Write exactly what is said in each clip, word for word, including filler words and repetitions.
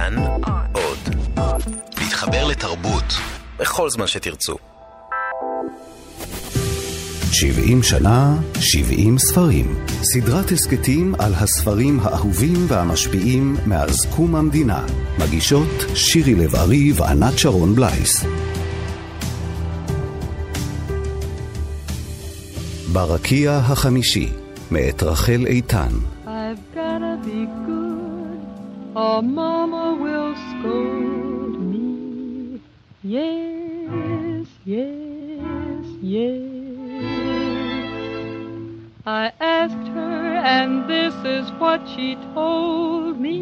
כאן עוד. להתחבר לתרבות בכל זמן שתרצו. שבעים שנה, שבעים ספרים. סדרת הסקטים על הספרים האהובים והמשפיעים מאז קום המדינה. מגישות שירי לב-ארי וענת שרון בלייס. ברקיע החמישי, מאת רחל איתן. I've gotta be good, or mama will scold me. Yes, yes, yes. I asked her and this is what she told me.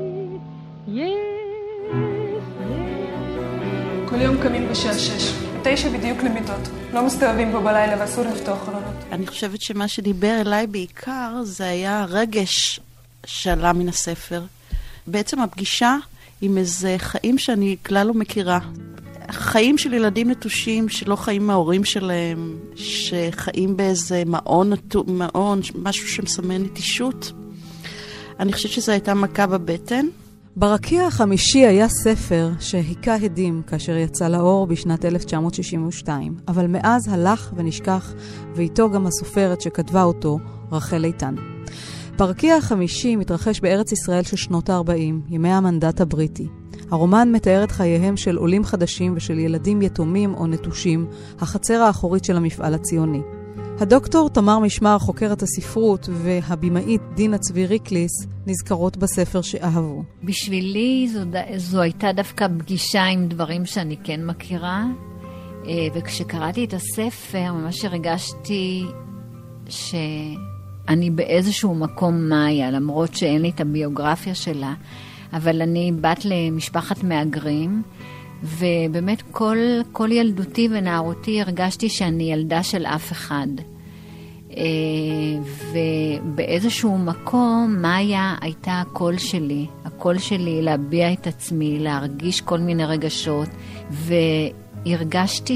Yes, yes. כל יום קמים בשעה שש, תשע בדיוק למיטות. לא מסתובבים בו בלילה ואסור לפתוח חלונות. אני חושבת שמה שדיבר אליי בעיקר זה היה רגש שעלה מן הספר. בעצם הפגישה עם איזה חיים שאני כלל לא מכירה. חיים של ילדים נטושים שלא חיים מההורים שלהם, שחיים באיזה מעון, מעון, משהו שמסמן נטישות. אני חושבת שזו הייתה מכה בבטן. ברקיע החמישי היה ספר שהיכה הדים כאשר יצא לאור בשנת אלף תשע מאות שישים ושתיים, אבל מאז הלך ונשכח, ואיתו גם הסופרת שכתבה אותו, רחל איתן. ברקיע החמישי מתרחש בארץ ישראל של שנות ה-ארבעים, ימי המנדט הבריטי. הרומן מתאר את חייהם של עולים חדשים ושל ילדים יתומים או נטושים, החצר האחורית של המפעל הציוני. הדוקטור תמר משמר, חוקרת הספרות, והבימאית דינה צבי ריקליס נזכרות בספר שאהבו. בשבילי זו, זו הייתה דווקא פגישה עם דברים שאני כן מכירה, וכשקראתי את הספר ממש הרגשתי שאני באיזשהו מקום מאיה, למרות שאין לי את הביוגרפיה שלה, אבל אני בת למשפחת מאגרים, ובאמת כל, כל ילדותי ונערותי הרגשתי שאני ילדה של אף אחד. ובאיזשהו מקום מאיה הייתה הקול שלי, הקול שלי להביע את עצמי, להרגיש כל מיני רגשות, והרגשתי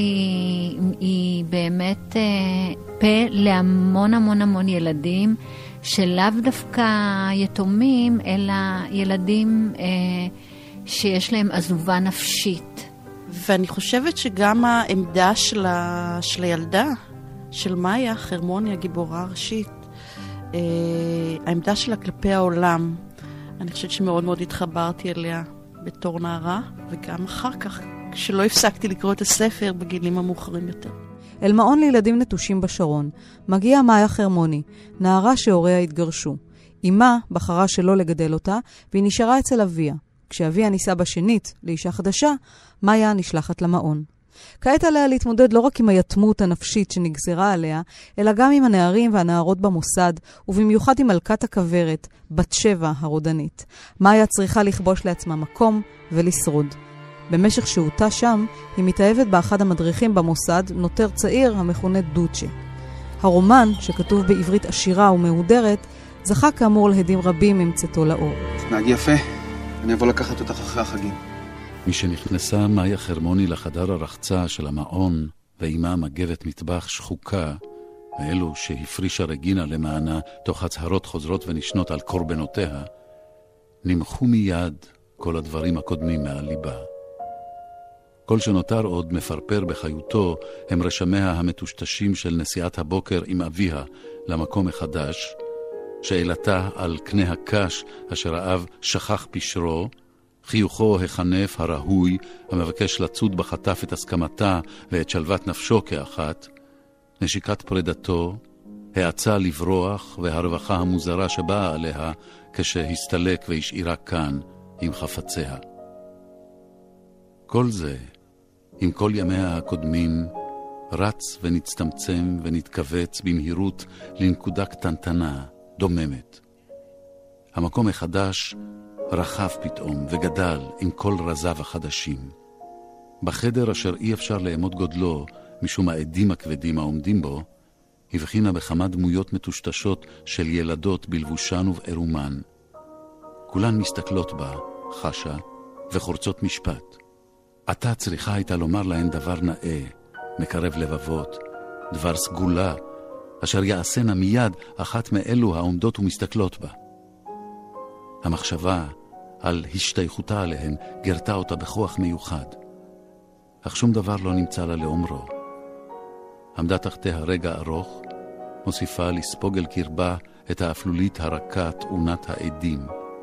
שהיא באמת פה להמון המון המון ילדים, שלאו דווקא יתומים, אלא ילדים אה, שיש להם עזובה נפשית. ואני חושבת שגם העמדה של, ה... של הילדה, של מאיה, חרמוני, הגיבורה הראשית, אה, העמדה שלה כלפי העולם, אני חושבת שמאוד מאוד התחברתי אליה בתור נערה, וגם אחר כך, כשלא הפסקתי לקרוא את הספר בגילים המאוחרים יותר. אל מעון לילדים נטושים בשרון מגיעה מאיה חרמוני, נערה שהוריה התגרשו. אמה בחרה שלא לגדל אותה, והיא נשארה אצל אביה. כשאביה ניסה בשנית לאישה חדשה, מאיה נשלחת למעון. כעת עליה להתמודד לא רק עם היתמות הנפשית שנגזרה עליה, אלא גם עם הנערים והנערות במוסד, ובמיוחד עם מלכת הכברת, בת שבע הרודנית. מאיה צריכה לכבוש לעצמה מקום ולשרוד. במשך שהותה שם, היא מתאהבת באחד המדריכים במוסד, נותר צעיר המכונה דוצ'ה. הרומן, שכתוב בעברית עשירה ומהודרת, זכה כאמור להדים רבים עם צאתו לאור. נהג יפה, אני אבוא לקחת אותך אחרי החגים. משנכנסה מאיה חרמוני לחדר הרחצה של המעון, ואימה מגבת מטבח שחוקה, ואלו שהפרישה רגינה למענה תוך הצהרות חוזרות ונשנות על קורבנותיה, נמחו מיד כל הדברים הקודמים מעל ליבה. כל שנותר עוד מפרפר בחיותו הם רשמיה המטושטשים של נסיעת הבוקר עם אביה למקום החדש, שאלתה על קנה הקש אשר האב שכח פשרו, חיוכו החנף הרהוי המבקש לצוד בחטף את הסכמתה ואת שלוות נפשו כאחת, נשיקת פרדתו, העצה לברוח והרווחה המוזרה שבאה עליה כשהסתלק והשאירה כאן עם חפציה. כל זה, עם כל ימיה הקודמים, רץ ונצטמצם ונתכווץ במהירות לנקודה קטנטנה, דוממת. המקום החדש רחב פתאום וגדל עם כל רזיו החדשים. בחדר אשר אי אפשר לאמוד גודלו משום העדים הכבדים העומדים בו, הבחינה בכמה דמויות מטושטשות של ילדות בלבושן ובערומן. כולן מסתכלות בה, חשה, וחורצות משפט. אתה צריכה הייתה לומר להן דבר נאה, מקרב לבבות, דבר סגולה, אשר יעשנה מיד אחת מאלו העומדות ומסתכלות בה. המחשבה, על השתייכותה עליהן גרתה אותה בכוח מיוחד. אך שום דבר לא נמצא לה לאומרו. עמדה תחתיה רגע ארוך, מוסיפה לספוג אל קרבה את האפלולית הרכה תאונת העדים.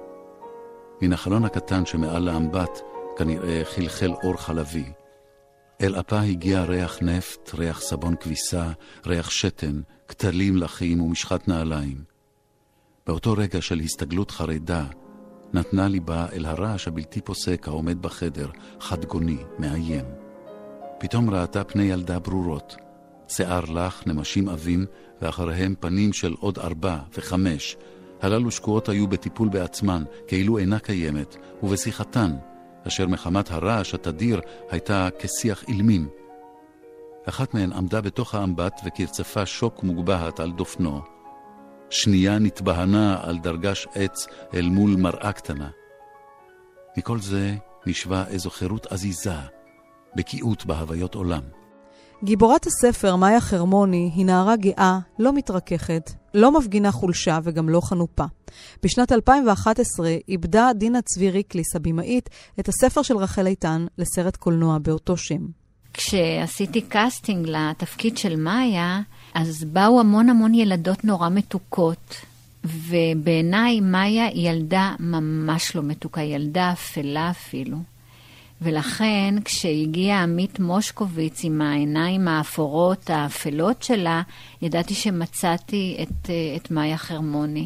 מן החלון הקטן שמעל לאמבט כנראה חלחל אור חלבי. אל אפה הגיע ריח נפט, ריח סבון כביסה, ריח שתן, כתלים לחים ומשחת נעליים. באותו רגע של הסתגלות חרדה, נתנה ליבה אל הרעש הבלתי פוסק העומד בחדר, חדגוני, מאיים. פתאום ראתה פני ילדה ברורות, שיער לך, נמשים אבים, ואחריהם פנים של עוד ארבע וחמש. הללו שקועות היו בטיפול בעצמן, כאילו אינה קיימת, ובשיחתן, אשר מחמת הרעש התדיר הייתה כשיח אילמים. אחת מהן עמדה בתוך האמבט וקרצפה שוק מוגבהת על דופנו. שנייה נתבהנה על דרגש עץ אל מול מראה קטנה. מכל זה נשווה איזו חירות עזיזה, בקיאות בהוויות עולם. גיבורת הספר, מאיה חרמוני, היא נערה גאה, לא מתרככת, לא מפגינה חולשה וגם לא חנופה. בשנת אלפיים ואחת עשרה איבדה דינה צבי ריקליס, הבימאית, את הספר של רחל איתן לסרט קולנוע באותו שם. כשעשיתי קאסטינג לתפקיד של מאיה, אז באו המון המון ילדות נורא מתוקות, ובעיניי מאיה היא ילדה ממש לא מתוקה, ילדה אפלה אפילו. ולכן כשהגיע עמית מושקוביץ עם העיניים האפורות האפלות שלה, ידעתי שמצאתי את, את מאיה חרמוני.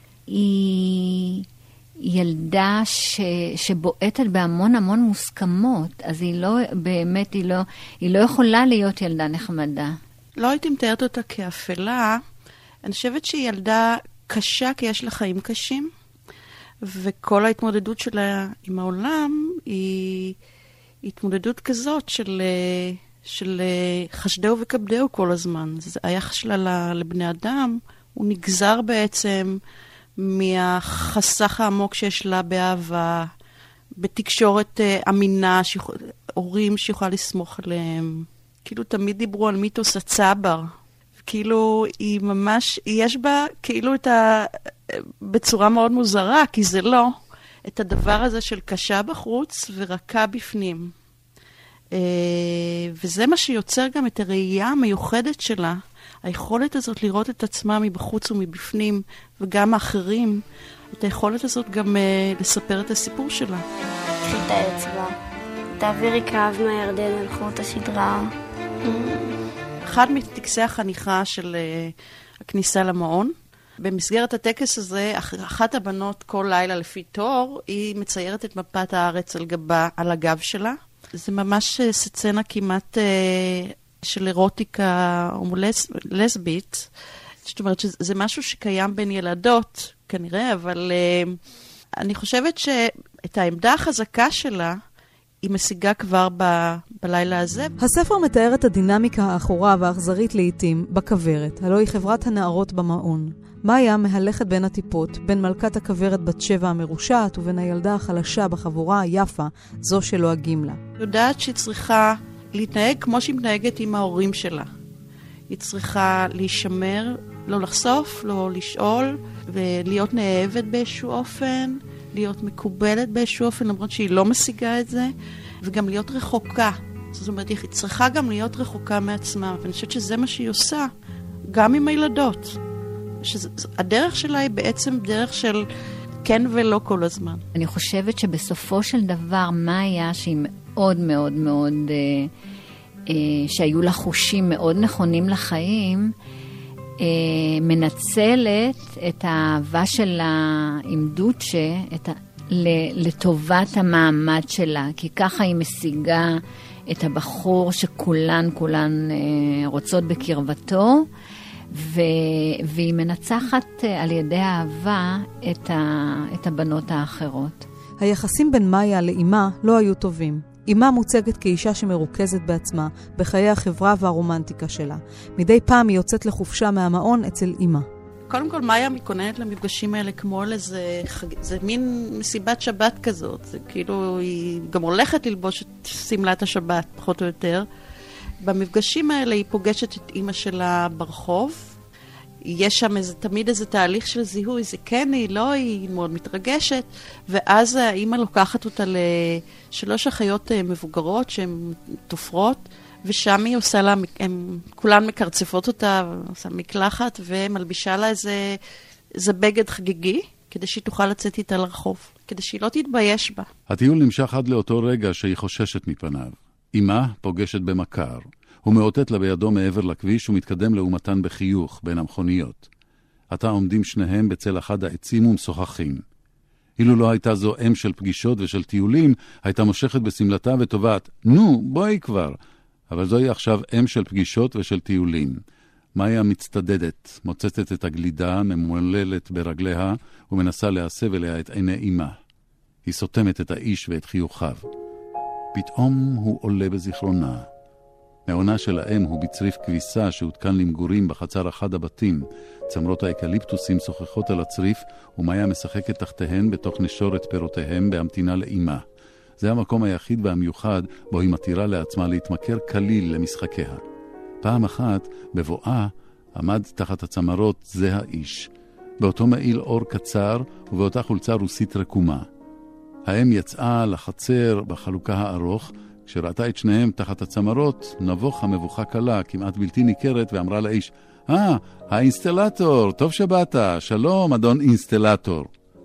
היא ילדה ש, שבועטת בהמון המון מוסכמות, אז היא לא, באמת, היא לא, היא לא יכולה להיות ילדה נחמדה. לא הייתי מתארת אותה כאפלה, אני חושבת שהיא ילדה קשה כי יש לה חיים קשים, וכל ההתמודדות שלה עם העולם היא התמודדות כזאת של, של חשדהו וכבדהו כל הזמן. היחס שלה לבני אדם הוא נגזר בעצם מהחסך העמוק שיש לה באהבה, בתקשורת אמינה, שיכול, הורים שיכולה לסמוך עליהם. כאילו תמיד דיברו על מיתוס הצבר. כאילו היא ממש, יש בה כאילו את ה... בצורה מאוד מוזרה, כי זה לא, את הדבר הזה של קשה בחוץ ורכה בפנים. וזה מה שיוצר גם את הראייה המיוחדת שלה, היכולת הזאת לראות את עצמה מבחוץ ומבפנים, וגם האחרים, את היכולת הזאת גם לספר את הסיפור שלה. קחי את האצבע, תעבירי קו מהירדן אל חוט השדרה. אחד מטקסי החניכה של הכניסה למעון, במסגרת הטקס הזה, אחת הבנות כל לילה לפי תור, היא מציירת את מפת הארץ על גבה, על הגב שלה. זה ממש סצנה כמעט אה, של אירוטיקה לסבית. זאת אומרת שזה משהו שקיים בין ילדות, כנראה, אבל אה, אני חושבת שאת העמדה החזקה שלה, היא משיגה כבר ב, בלילה הזה. הספר מתאר את הדינמיקה האחורה והאכזרית לעתים בכוורת, הלוא היא חברת הנערות במעון. מאיה מהלכת בין הטיפות, בין מלכת הכוורת בת שבע המרושעת ובין הילדה החלשה בחבורה היפה, זו שלועגים לה. היא יודעת שהיא צריכה להתנהג כמו שהיא מתנהגת עם ההורים שלה. היא צריכה להישמר, לא לחשוף, לא לשאול, ולהיות נאהבת באיזשהו אופן, להיות מקובלת באיזשהו אופן, למרות שהיא לא משיגה את זה, וגם להיות רחוקה. זאת אומרת, היא צריכה גם להיות רחוקה מעצמה, ואני חושבת שזה מה שהיא עושה, גם עם הילדות. הדרך שלה היא בעצם דרך של כן ולא כל הזמן. אני חושבת שבסופו של דבר, מאיה, שהיא מאוד מאוד מאוד, אה, אה, שהיו לה חושים מאוד נכונים לחיים, אה, מנצלת את האהבה שלה עם דוצ'ה, את ה, לטובת המעמד שלה, כי ככה היא משיגה את הבחור שכולן, כולן אה, רוצות בקרבתו, ו... והיא מנצחת על ידי האהבה את, ה... את הבנות האחרות. היחסים בין מאיה לאימה לא היו טובים. אימה מוצגת כאישה שמרוכזת בעצמה, בחיי החברה והרומנטיקה שלה. מדי פעם היא יוצאת לחופשה מהמעון אצל אימה. קודם כל, מאיה מתכוננת למפגשים האלה כמו לזה, זה מין מסיבת שבת כזאת. זה כאילו, היא גם הולכת ללבוש את סמלת השבת, פחות או יותר. במפגשים האלה היא פוגשת את אמא שלה ברחוב, יש שם איזה, תמיד איזה תהליך של זיהוי, זה כן היא, לא היא, מאוד מתרגשת, ואז האמא לוקחת אותה לשלוש אחיות מבוגרות שהן תופרות, ושם היא עושה לה, הן כולן מקרצפות אותה, עושה מקלחת, ומלבישה לה איזה, איזה בגד חגיגי, כדי שהיא תוכל לצאת איתה לרחוב, כדי שהיא לא תתבייש בה. הטיול נמשך עד לאותו רגע שהיא חוששת מפניו. אמא פוגשת במכר. הוא מאותת לה בידו מעבר לכביש ומתקדם לעומתן בחיוך בין המכוניות. עתה עומדים שניהם בצל אחד העצים ומשוחחים. אילו לא הייתה זו אם של פגישות ושל טיולים, הייתה מושכת בסמלתה וטובעת, נו, בואי כבר. אבל זוהי עכשיו אם של פגישות ושל טיולים. מאיה מצטדדת, מוצצת את הגלידה, ממוללת ברגליה, ומנסה להסב אליה את עיני אמא. היא סותמת את האיש ואת חיוכיו. פתאום הוא עולה בזיכרונה. מעונה של האם הוא בצריף כביסה שהותקן למגורים בחצר אחד הבתים. צמרות האקליפטוסים שוחחות על הצריף, ומאיה משחקת תחתיהן בתוך נשורת פירותיהם בהמתינה לאמא. זה המקום היחיד והמיוחד בו היא מתירה לעצמה להתמכר כליל למשחקיה. פעם אחת, בבואה, עמד תחת הצמרות זה האיש. באותו מעיל אור קצר ובאותה חולצה רוסית רקומה. האם יצאה לחצר בחלוקה הארוך, כשראתה את שניהם תחת הצמרות, נבוך המבוכה קלה, כמעט בלתי ניכרת, ואמרה לאיש, אה, ah, האינסטלטור, טוב שבאת, שלום, אדון אינסטלטור.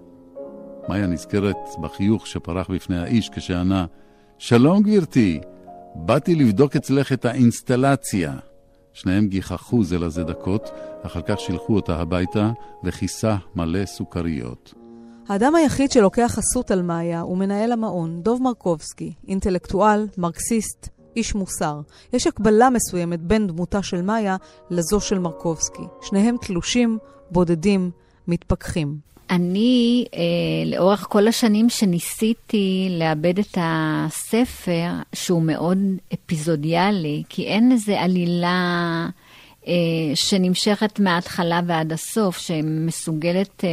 מאיה נזכרת בחיוך שפרח בפני האיש כשענה, שלום גברתי, באתי לבדוק אצלך את האינסטלציה. שניהם גיחכו זה לזה דקות, אחר כך שילחו אותה הביתה וכיסה מלא סוכריות. האדם היחיד שלוקח חסות על מאיה הוא מנהל המעון, דוב מרקובסקי, אינטלקטואל, מרקסיסט, איש מוסר. יש הקבלה מסוימת בין דמותה של מאיה לזו של מרקובסקי. שניהם תלושים, בודדים, מתפכחים. אני, אה, לאורך כל השנים שניסיתי לאבד את הספר, שהוא מאוד אפיזודיאלי, כי אין איזה עלילה אה, שנמשכת מההתחלה ועד הסוף, שמסוגלת אה,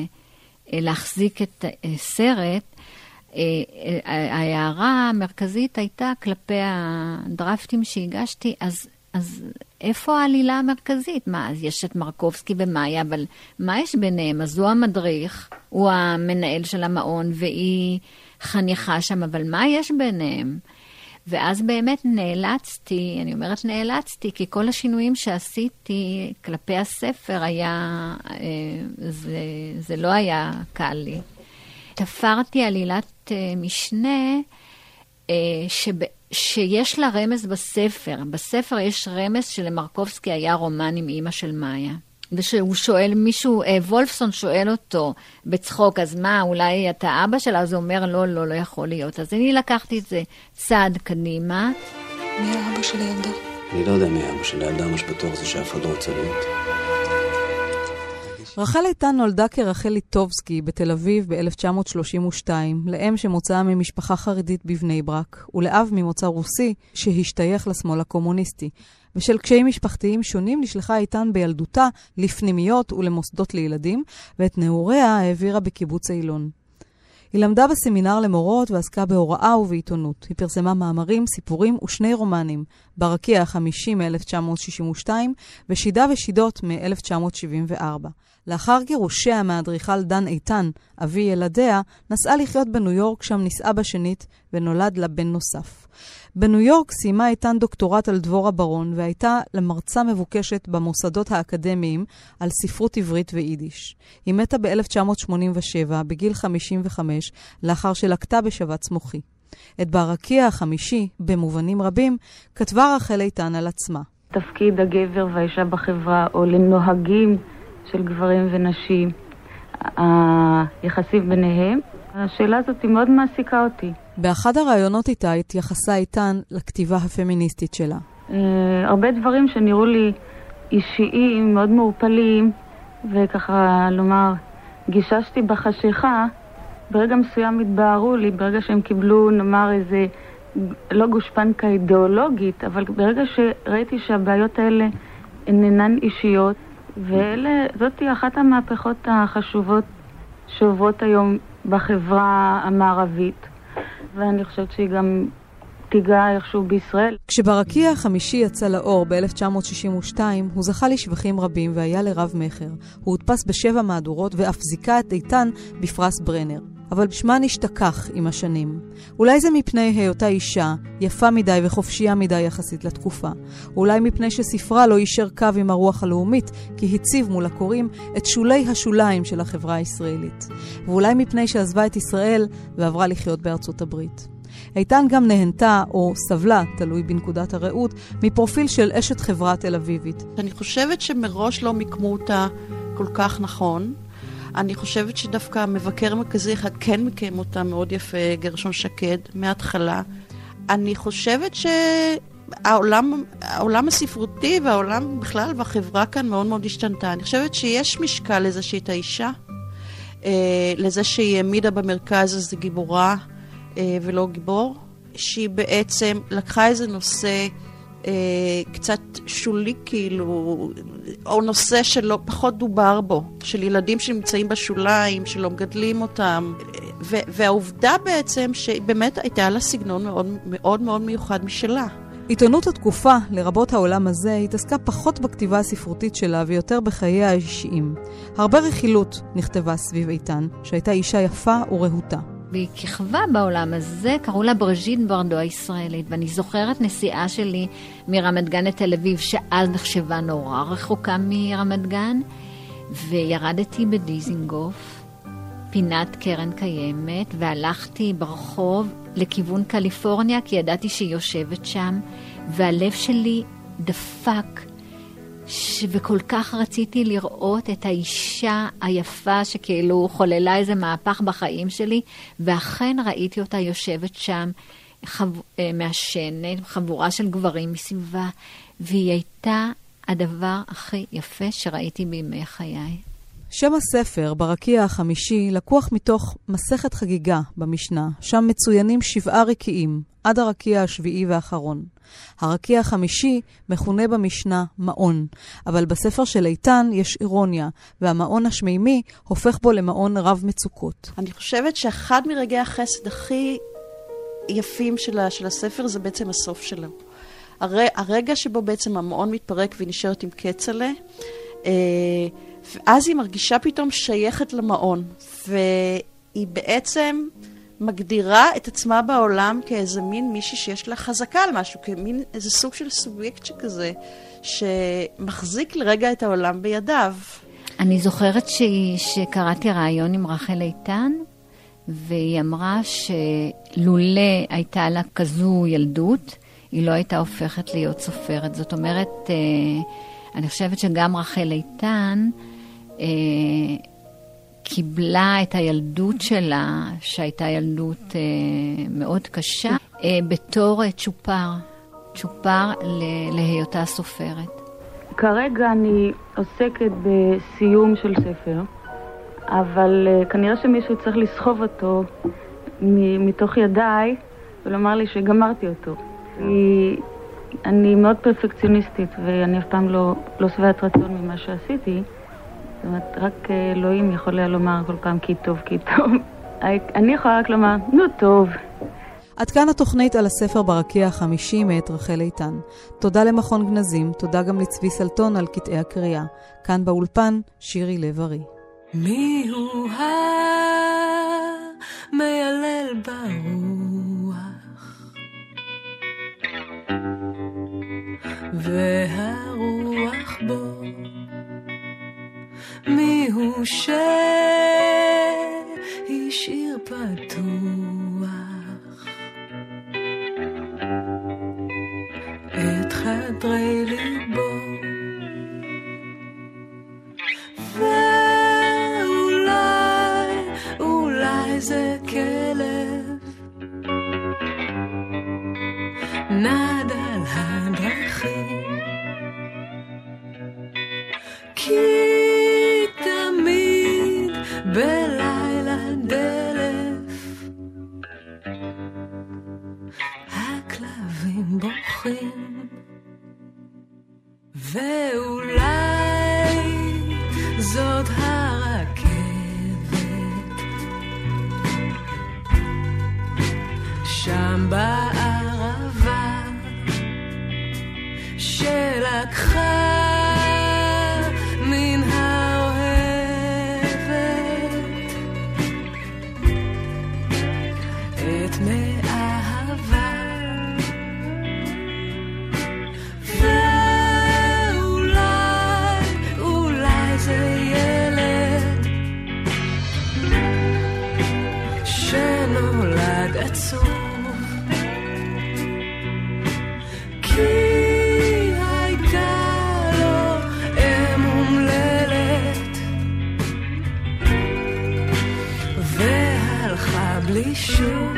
אה, להחזיק את אה, סרט, אה, אה, ההערה המרכזית הייתה כלפי הדרפטים שהגשתי, אז... אז איפה העלילה המרכזית? מה, אז יש את מרקובסקי ומאיה, אבל מה יש ביניהם? אז הוא המדריך, הוא המנהל של המעון, והיא חניכה שם, אבל מה יש ביניהם? ואז באמת נאלצתי, אני אומרת נאלצתי, כי כל השינויים שעשיתי כלפי הספר היה, זה, זה לא היה קל לי. תפרתי עלילת משנה, שב... שיש לה רמז בספר. בספר יש רמז שלמרקובסקי היה רומן עם אמא של מאיה. ושהוא שואל מישהו, אה, וולפסון שואל אותו בצחוק, אז מה, אולי אתה אבא שלה? אז הוא אומר, לא, לא, לא יכול להיות. אז אני לקחתי את זה צעד קדימה. מי האבא של הילדה? אני לא יודע מי האבא של הילדה, מה שבטוח זה שאף אחד לא רוצה להיות. רחל איתן נולדה כרחל ליטובסקי בתל אביב ב-אלף תשע מאות שלושים ושתיים, לאם שמוצאה ממשפחה חרדית בבני ברק, ולאב ממוצא רוסי שהשתייך לשמאל הקומוניסטי. בשל קשיים משפחתיים שונים נשלחה איתן בילדותה לפנימיות ולמוסדות לילדים, ואת נעוריה העבירה בקיבוץ אילון. היא למדה בסמינר למורות ועסקה בהוראה ובעיתונות. היא פרסמה מאמרים, סיפורים ושני רומנים, ברקיע החמישי מ-אלף תשע מאות שישים ושתיים ושידה ושידות מ-אלף תשע מאות שבעים וארבע. לאחר גירושיה מהאדריכל דן איתן, אבי ילדיה, נסעה לחיות בניו יורק, שם נישאה בשנית ונולד לה בן נוסף. בניו יורק סיימה איתן דוקטורט על דבורה ברון, והייתה למרצה מבוקשת במוסדות האקדמיים על ספרות עברית ויידיש. היא מתה ב-אלף תשע מאות שמונים ושבע, בגיל חמישים וחמש, לאחר שלקתה בשבץ מוחי. את ברקיע החמישי, במובנים רבים, כתבה רחל איתן על עצמה. תפקיד הגבר והאישה בחברה, או לנוהגים של גברים ונשים, היחסים ביניהם, השאלה הזאת היא מאוד מעסיקה אותי. באחד הרעיונות איתה התייחסה איתן לכתיבה הפמיניסטית שלה. Uh, הרבה דברים שנראו לי אישיים, מאוד מעורפלים, וככה לומר, גיששתי בחשיכה, ברגע מסוים התבהרו לי, ברגע שהם קיבלו, נאמר, איזה, לא גושפנקה אידיאולוגית, אבל ברגע שראיתי שהבעיות האלה אינן אישיות, וזאת היא אחת המהפכות החשובות שעוברות היום בחברה המערבית, ואני חושבת שהיא גם תיגע איכשהו בישראל. כשברקיע החמישי יצא לאור ב-אלף תשע מאות שישים ושתיים, הוא זכה לשבחים רבים והיה לרב מחר. הוא הודפס בשבע מהדורות ואף זיכה את איתן בפרס ברנר. אבל שמה נשתכח עם השנים. אולי זה מפני היותה אישה, יפה מדי וחופשייה מדי יחסית לתקופה. אולי מפני שספרה לא יישר קו עם הרוח הלאומית, כי הציב מול הקוראים את שולי השוליים של החברה הישראלית. ואולי מפני שעזבה את ישראל ועברה לחיות בארצות הברית. איתן גם נהנתה או סבלה, תלוי בנקודת הראות, מפרופיל של אשת חברה תל אביבית. אני חושבת שמראש לא מיקמו אותה כל כך נכון. אני חושבת שדווקא מבקר מרכזי אחד כן מקיים אותה מאוד יפה, גרשון שקד, מההתחלה. אני חושבת שהעולם העולם הספרותי והעולם בכלל והחברה כאן מאוד מאוד השתנתה. אני חושבת שיש משקל לזה שהיא את האישה, אה, לזה שהיא העמידה במרכז הזה גיבורה אה, ולא גיבור, שהיא בעצם לקחה איזה נושא אה, קצת שולי כאילו, או נושא שלא פחות דובר בו, של ילדים שנמצאים בשוליים, שלא מגדלים אותם, ו- והעובדה בעצם שבאמת הייתה לה סגנון מאוד מאוד מאוד מיוחד משלה. עיתונות התקופה, לרבות העולם הזה, התעסקה פחות בכתיבה הספרותית שלה ויותר בחיי האישיים. הרבה רכילות נכתבה סביב איתן, שהייתה אישה יפה ורהוטה. והיא כיכבה בעולם הזה, קראו לה בריז'יט ברדו הישראלית, ואני זוכרת נסיעה שלי מרמת גן לתל אביב, שאז נחשבה נורא רחוקה מרמת גן, וירדתי בדיזינגוף, פינת קרן קיימת, והלכתי ברחוב לכיוון קליפורניה, כי ידעתי שהיא יושבת שם, והלב שלי דפק, ש... וכל כך רציתי לראות את האישה היפה שכאילו חוללה איזה מהפך בחיים שלי, ואכן ראיתי אותה יושבת שם, חב... מעשנת, חבורה של גברים מסביבה, והיא הייתה הדבר הכי יפה שראיתי בימי חיי. שם הספר, ברקיע החמישי, לקוח מתוך מסכת חגיגה במשנה, שם מצוינים שבעה רקיעים, עד הרקיע השביעי והאחרון. הרקיע החמישי מכונה במשנה מעון, אבל בספר של איתן יש אירוניה, והמעון השמימי הופך בו למעון רב מצוקות. אני חושבת שאחד מרגעי החסד הכי יפים של, של הספר זה בעצם הסוף שלו. הר, הרגע שבו בעצם המעון מתפרק ונשארת עם קצלה, אה, ואז היא מרגישה פתאום שייכת למעון, והיא בעצם מגדירה את עצמה בעולם כאיזה מין מישהי שיש לה חזקה על משהו, כמין איזה סוג של סובייקט שכזה, שמחזיק לרגע את העולם בידיו. אני זוכרת שהיא, שקראתי רעיון עם רחל איתן, והיא אמרה שלולא הייתה לה כזו ילדות, היא לא הייתה הופכת להיות סופרת. זאת אומרת, אני חושבת שגם רחל איתן אה, קיבלה את הילדות שלה, שהייתה ילדות אה, מאוד קשה, אה, בתור צ'ופר, צ'ופר להיותה סופרת. כרגע אני עוסקת בסיום של ספר, אבל uh, כנראה שמישהו צריך לסחוב אותו מ- מתוך ידיי ולומר לי שגמרתי אותו. כי אני מאוד פרפקציוניסטית ואני אף פעם לא, לא שבעת רצון ממה שעשיתי. זאת אומרת, רק אלוהים יכול היה לומר כל פעם כי טוב, כי טוב. אני יכולה רק לומר, נו טוב. עד כאן התוכנית על הספר ברקיע החמישי מאת רחל איתן. תודה למכון גנזים, תודה גם לצבי סלטון על קטעי הקריאה. כאן באולפן, שירי לב-ארי. מי הוא המיילל ברוח והרוח בו, מי הוא שהשאיר פתוח את חדרי ליבו, ואולי, אולי זה כלב נד על הדרכים, כי תמיד בלילה דלף הכלבים בוכים, ואולי זאת הרכבת שם בערב שקט מאהבה. ואולי, אולי זה ילד שנולד עצוב, כי הייתה לו אם אומללת והלכה בלי שוב.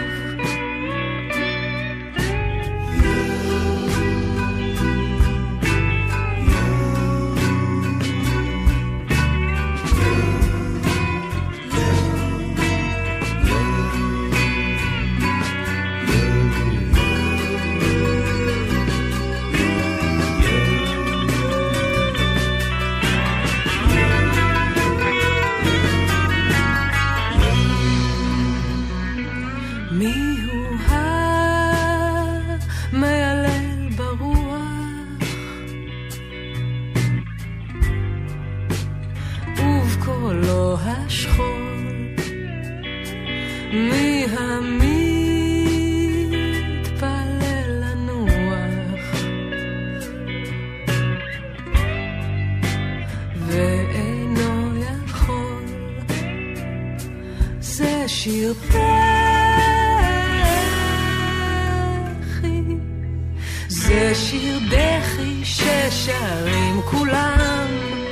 שיר בכי, זה שיר בכי ששרים כולם,